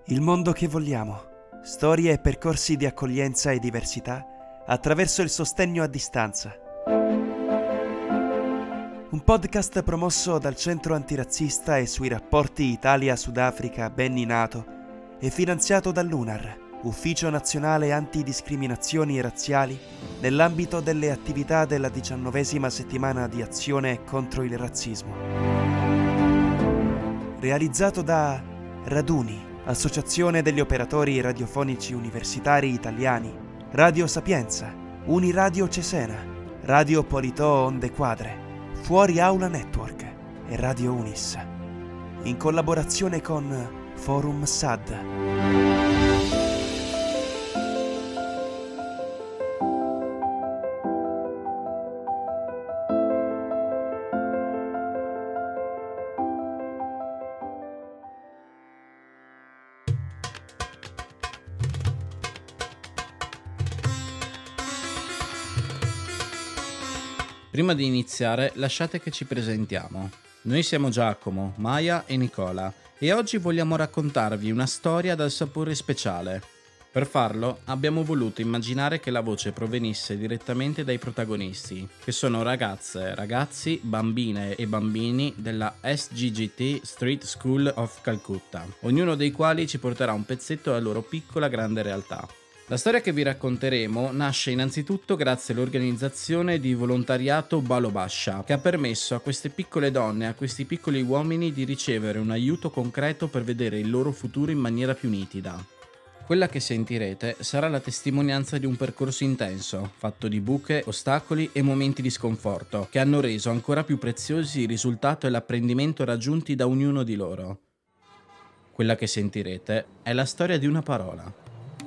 Il mondo che vogliamo. Storie e percorsi di accoglienza e diversità attraverso il sostegno a distanza. Un podcast promosso dal Centro Antirazzista e sui rapporti Italia-Sudafrica Benni Nato e finanziato dall'UNAR, Ufficio Nazionale Antidiscriminazioni Razziali, nell'ambito delle attività della 19ª settimana di azione contro il razzismo. Realizzato da Raduni, Associazione degli Operatori Radiofonici Universitari Italiani, Radio Sapienza, Uniradio Cesena, Radio Politò Onde Quadre, Fuori Aula Network e Radio Unis, in collaborazione con Forum SAD. Prima di iniziare, lasciate che ci presentiamo. Noi siamo Giacomo, Maya e Nicola e oggi vogliamo raccontarvi una storia dal sapore speciale. Per farlo, abbiamo voluto immaginare che la voce provenisse direttamente dai protagonisti, che sono ragazze, ragazzi, bambine e bambini della SGGT Street School of Calcutta, ognuno dei quali ci porterà un pezzetto della loro piccola grande realtà. La storia che vi racconteremo nasce innanzitutto grazie all'organizzazione di volontariato Balobasha, che ha permesso a queste piccole donne e a questi piccoli uomini di ricevere un aiuto concreto per vedere il loro futuro in maniera più nitida. Quella che sentirete sarà la testimonianza di un percorso intenso, fatto di buche, ostacoli e momenti di sconforto, che hanno reso ancora più preziosi il risultato e l'apprendimento raggiunti da ognuno di loro. Quella che sentirete è la storia di una parola.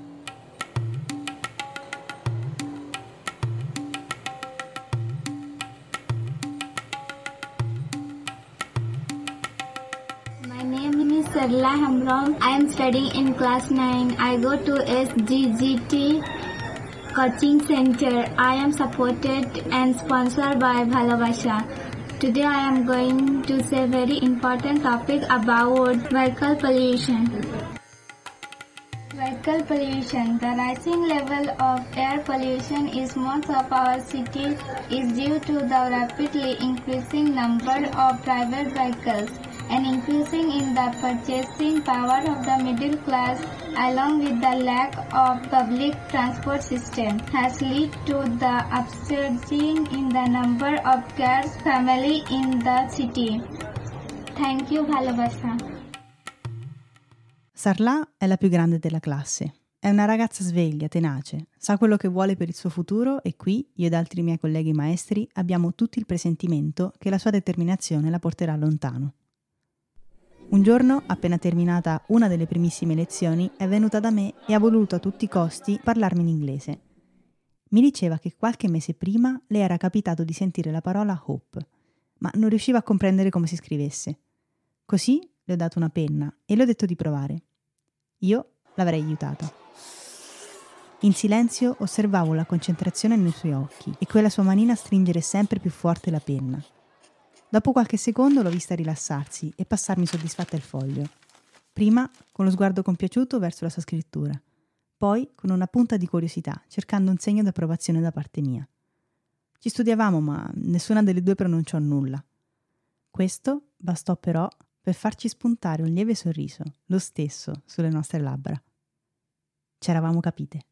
Sarla Hamram. I am studying in class 9. I go to SGGT Coaching Center. I am supported and sponsored by Bhalobasha. Today I am going to say very important topic about vehicle pollution. Vehicle pollution. The rising level of air pollution in most of our cities is due to the rapidly increasing number of private vehicles and increasing in the purchasing power of the middle class, along with the lack of public transport system, has led to the upsurging in the number of cars family in the city. Thank you, Bhalobasha. Sarla è la più grande della classe. È una ragazza sveglia, tenace, sa quello che vuole per il suo futuro e qui, io ed altri miei colleghi maestri, abbiamo tutti il presentimento che la sua determinazione la porterà lontano. Un giorno, appena terminata una delle primissime lezioni, è venuta da me e ha voluto a tutti i costi parlarmi in inglese. Mi diceva che qualche mese prima le era capitato di sentire la parola hope, ma non riusciva a comprendere come si scrivesse. Così le ho dato una penna e le ho detto di provare. Io l'avrei aiutata. In silenzio osservavo la concentrazione nei suoi occhi e quella sua manina stringere sempre più forte la penna. Dopo qualche secondo l'ho vista rilassarsi e passarmi soddisfatta il foglio. Prima con lo sguardo compiaciuto verso la sua scrittura, poi con una punta di curiosità, cercando un segno d'approvazione da parte mia. Ci studiavamo, ma nessuna delle due pronunciò nulla. Questo bastò però per farci spuntare un lieve sorriso, lo stesso, sulle nostre labbra. C'eravamo capite.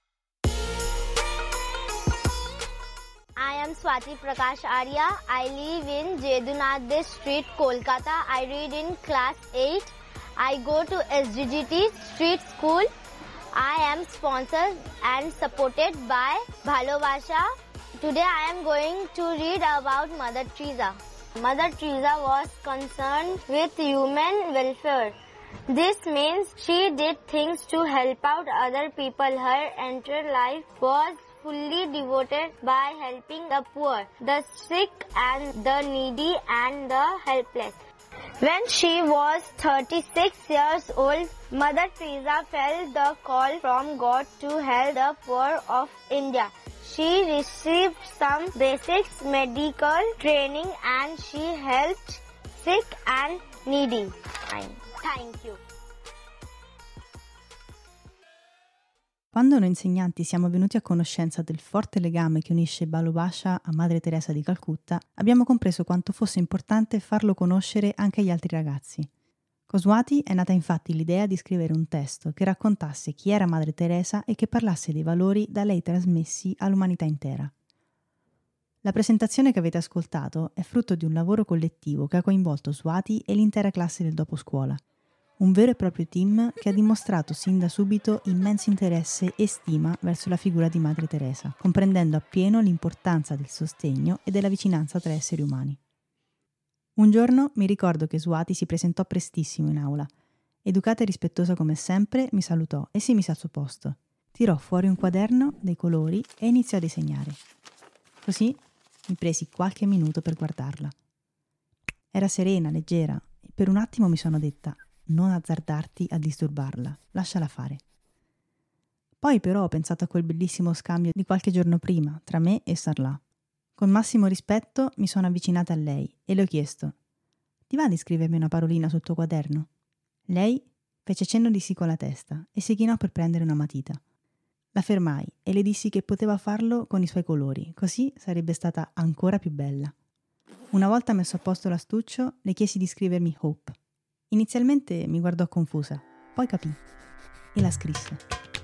I am Swati Prakash Arya. I live in Jedunadde Street, Kolkata. I read in class 8. I go to SGGT Street School. I am sponsored and supported by Bhalobasha. Today I am going to read about Mother Teresa. Mother Teresa was concerned with human welfare. This means she did things to help out other people. Her entire life was fully devoted by helping the poor, the sick and the needy and the helpless. When she was 36 years old, Mother Teresa felt the call from God to help the poor of India. She received some basic medical training and she helped sick and needy. Thank you. Quando noi insegnanti siamo venuti a conoscenza del forte legame che unisce Balu Basha a Madre Teresa di Calcutta, abbiamo compreso quanto fosse importante farlo conoscere anche agli altri ragazzi. Con Swati è nata infatti l'idea di scrivere un testo che raccontasse chi era Madre Teresa e che parlasse dei valori da lei trasmessi all'umanità intera. La presentazione che avete ascoltato è frutto di un lavoro collettivo che ha coinvolto Swati e l'intera classe del doposcuola. Un vero e proprio team che ha dimostrato sin da subito immenso interesse e stima verso la figura di Madre Teresa, comprendendo appieno l'importanza del sostegno e della vicinanza tra esseri umani. Un giorno mi ricordo che Swati si presentò prestissimo in aula. Educata e rispettosa come sempre, mi salutò e si mise al suo posto. Tirò fuori un quaderno, dei colori e iniziò a disegnare. Così mi presi qualche minuto per guardarla. Era serena, leggera, e per un attimo mi sono detta: non azzardarti a disturbarla, lasciala fare. Poi però ho pensato a quel bellissimo scambio di qualche giorno prima tra me e Sarla. Con massimo rispetto mi sono avvicinata a lei e le ho chiesto: ti va di scrivermi una parolina sul tuo quaderno? Lei fece cenno di sì con la testa e si chinò per prendere una matita. La fermai e le dissi che poteva farlo con i suoi colori, così sarebbe stata ancora più bella. Una volta messo a posto l'astuccio, le chiesi di scrivermi Hope. Inizialmente mi guardò confusa, poi capì e la scrisse.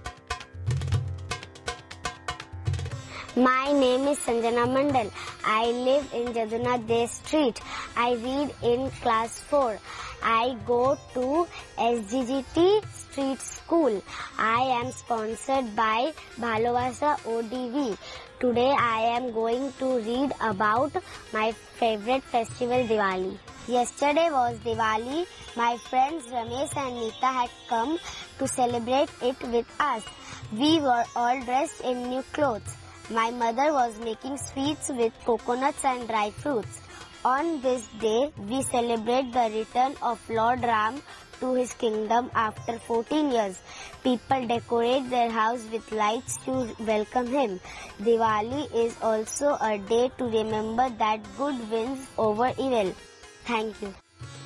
My name is Sanjana Mandal. I live in Jadunath Day Street. I read in class 4. I go to SGGT Street School. I am sponsored by Bhalovasa ODV. Today I am going to read about my favorite festival, Diwali. Yesterday was Diwali. My friends Ramesh and Neeta had come to celebrate it with us. We were all dressed in new clothes. My mother was making sweets with coconuts and dry fruits. On this day, we celebrate the return of Lord Ram to his kingdom after 14 years. People decorate their house with lights to welcome him. Diwali is also a day to remember that good wins over evil. Thank you.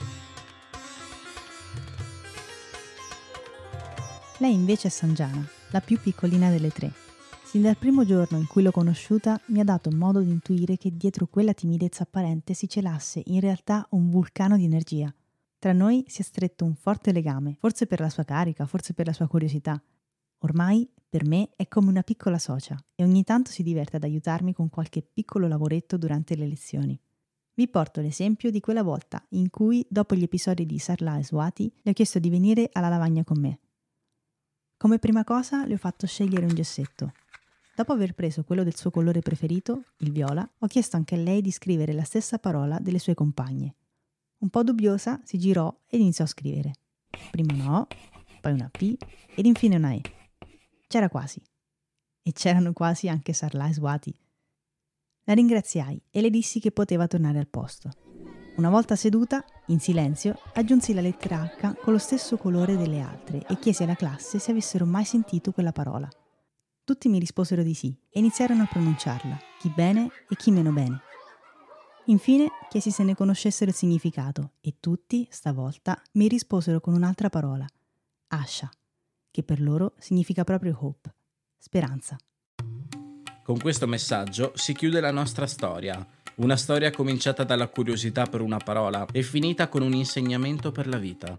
Lei invece è Sanjana, la più piccolina delle tre. Sin dal primo giorno in cui l'ho conosciuta mi ha dato modo di intuire che dietro quella timidezza apparente si celasse in realtà un vulcano di energia. Tra noi si è stretto un forte legame, forse per la sua carica, forse per la sua curiosità. Ormai per me è come una piccola socia e ogni tanto si diverte ad aiutarmi con qualche piccolo lavoretto durante le lezioni. Vi porto l'esempio di quella volta in cui, dopo gli episodi di Sarla e Swati, le ho chiesto di venire alla lavagna con me. Come prima cosa le ho fatto scegliere un gessetto. Dopo aver preso quello del suo colore preferito, il viola, ho chiesto anche a lei di scrivere la stessa parola delle sue compagne. Un po' dubbiosa, si girò ed iniziò a scrivere. Prima una O, poi una P ed infine una E. C'era quasi. E c'erano quasi anche Sarla e Swati. La ringraziai e le dissi che poteva tornare al posto. Una volta seduta, in silenzio, aggiunsi la lettera H con lo stesso colore delle altre e chiesi alla classe se avessero mai sentito quella parola. Tutti mi risposero di sì e iniziarono a pronunciarla, chi bene e chi meno bene. Infine chiesi se ne conoscessero il significato e tutti, stavolta, mi risposero con un'altra parola, Asha, che per loro significa proprio hope, speranza. Con questo messaggio si chiude la nostra storia. Una storia cominciata dalla curiosità per una parola e finita con un insegnamento per la vita.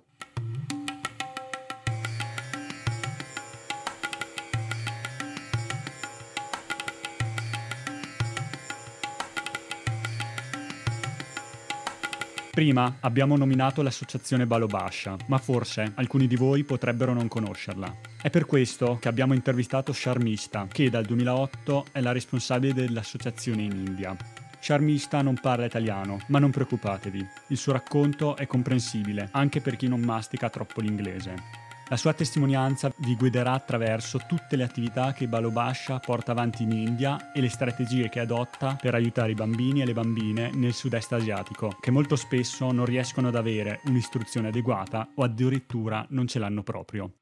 Prima abbiamo nominato l'associazione Balu Basha, ma forse alcuni di voi potrebbero non conoscerla. È per questo che abbiamo intervistato Sharmista, che dal 2008 è la responsabile dell'associazione in India. Sharmista non parla italiano, ma non preoccupatevi, il suo racconto è comprensibile anche per chi non mastica troppo l'inglese. La sua testimonianza vi guiderà attraverso tutte le attività che Balu Basha porta avanti in India e le strategie che adotta per aiutare i bambini e le bambine nel sud-est asiatico, che molto spesso non riescono ad avere un'istruzione adeguata o addirittura non ce l'hanno proprio.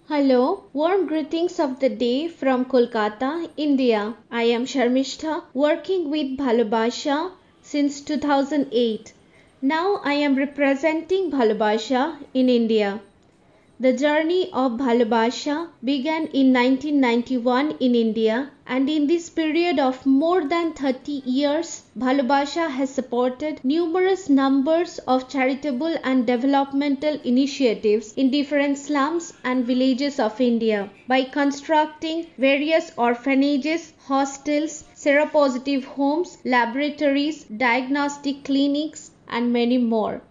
Hello, warm greetings of the day from Kolkata, India. I am Sharmishta, working with Bhalobasha since 2008. Now I am representing Bhalobasha in India. The journey of Bhalobasha began in 1991 in India, and in this period of more than 30 years, Bhalobasha has supported numerous numbers of charitable and developmental initiatives in different slums and villages of India by constructing various orphanages, hostels, seropositive homes, laboratories, diagnostic clinics, and many more.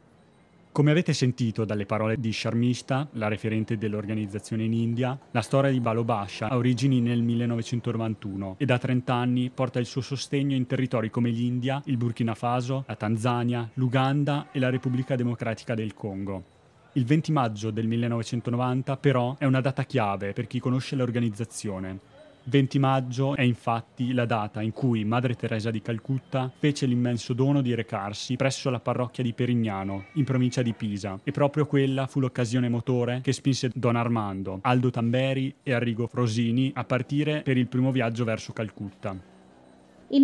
Come avete sentito dalle parole di Sharmishta, la referente dell'organizzazione in India, la storia di Bhalobasha ha origini nel 1991 e da 30 anni porta il suo sostegno in territori come l'India, il Burkina Faso, la Tanzania, l'Uganda e la Repubblica Democratica del Congo. Il 20 maggio del 1990 però è una data chiave per chi conosce l'organizzazione. 20 maggio è infatti la data in cui Madre Teresa di Calcutta fece l'immenso dono di recarsi presso la parrocchia di Perignano, in provincia di Pisa, e proprio quella fu l'occasione motore che spinse Don Armando, Aldo Tamberi e Arrigo Frosini a partire per il primo viaggio verso Calcutta. In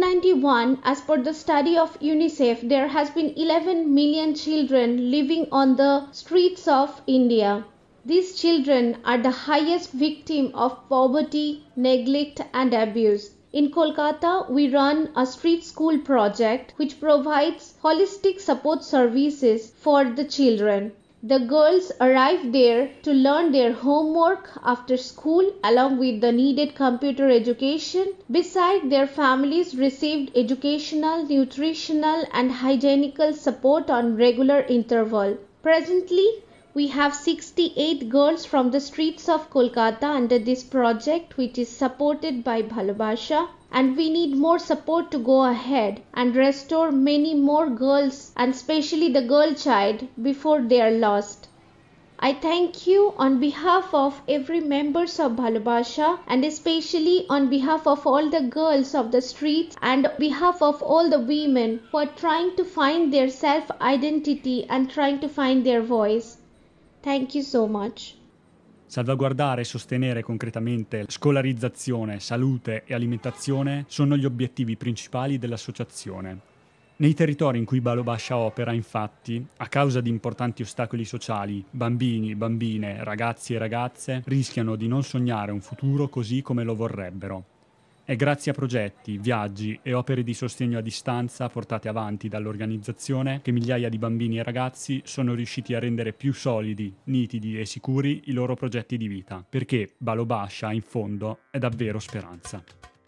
1991, as per the study of UNICEF, there has been 11 million children living on the streets of India. These children are the highest victim of poverty, neglect and abuse. In Kolkata, we run a street school project which provides holistic support services for the children. The girls arrive there to learn their homework after school along with the needed computer education. Beside, their families received educational, nutritional and hygienical support on regular interval. Presently, we have 68 girls from the streets of Kolkata under this project, which is supported by Bhalobasha, and we need more support to go ahead and restore many more girls, and especially the girl child, before they are lost. I thank you on behalf of every members of Bhalobasha, and especially on behalf of all the girls of the streets and on behalf of all the women who are trying to find their self-identity and trying to find their voice. Thank you so much. Salvaguardare e sostenere concretamente scolarizzazione, salute e alimentazione sono gli obiettivi principali dell'associazione. Nei territori in cui Bhalobasha opera, infatti, a causa di importanti ostacoli sociali, bambini, bambine, ragazzi e ragazze rischiano di non sognare un futuro così come lo vorrebbero. È grazie a progetti, viaggi e opere di sostegno a distanza portate avanti dall'organizzazione che migliaia di bambini e ragazzi sono riusciti a rendere più solidi, nitidi e sicuri i loro progetti di vita, perché Bhalobasha, in fondo, è davvero speranza.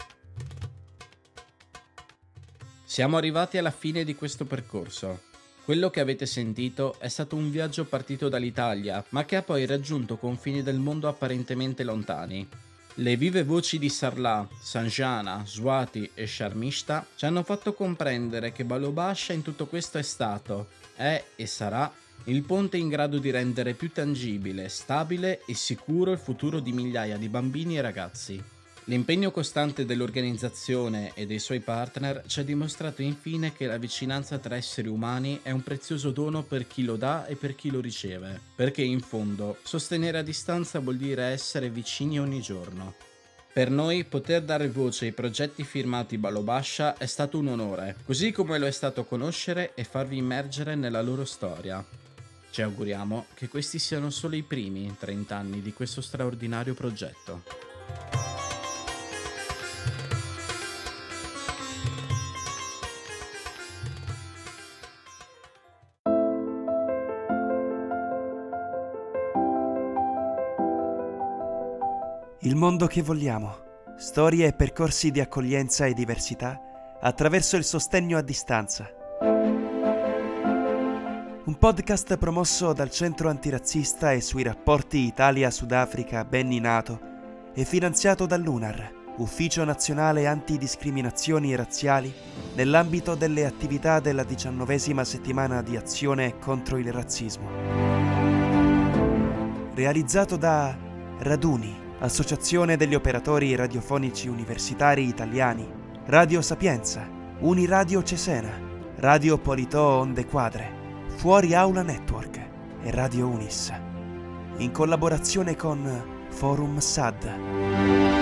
Siamo arrivati alla fine di questo percorso. Quello che avete sentito è stato un viaggio partito dall'Italia, ma che ha poi raggiunto confini del mondo apparentemente lontani. Le vive voci di Sarla, Sanjana, Swati e Sharmishta ci hanno fatto comprendere che Bhalobasha in tutto questo è stato, è e sarà il ponte in grado di rendere più tangibile, stabile e sicuro il futuro di migliaia di bambini e ragazzi. L'impegno costante dell'organizzazione e dei suoi partner ci ha dimostrato infine che la vicinanza tra esseri umani è un prezioso dono per chi lo dà e per chi lo riceve, perché in fondo sostenere a distanza vuol dire essere vicini ogni giorno. Per noi poter dare voce ai progetti firmati Bhalobasha è stato un onore, così come lo è stato conoscere e farvi immergere nella loro storia. Ci auguriamo che questi siano solo i primi 30 anni di questo straordinario progetto. Il mondo che vogliamo. Storie e percorsi di accoglienza e diversità attraverso il sostegno a distanza. Un podcast promosso dal Centro Antirazzista e sui rapporti Italia-Sudafrica Benni Nato e finanziato dall'UNAR, Ufficio Nazionale Antidiscriminazioni Razziali, nell'ambito delle attività della 19ª settimana di azione contro il razzismo. Realizzato da Raduni, Associazione degli Operatori Radiofonici Universitari Italiani, Radio Sapienza, Uniradio Cesena, Radio Politò Onde Quadre, Fuori Aula Network e Radio Unis. in collaborazione con Forum SAD.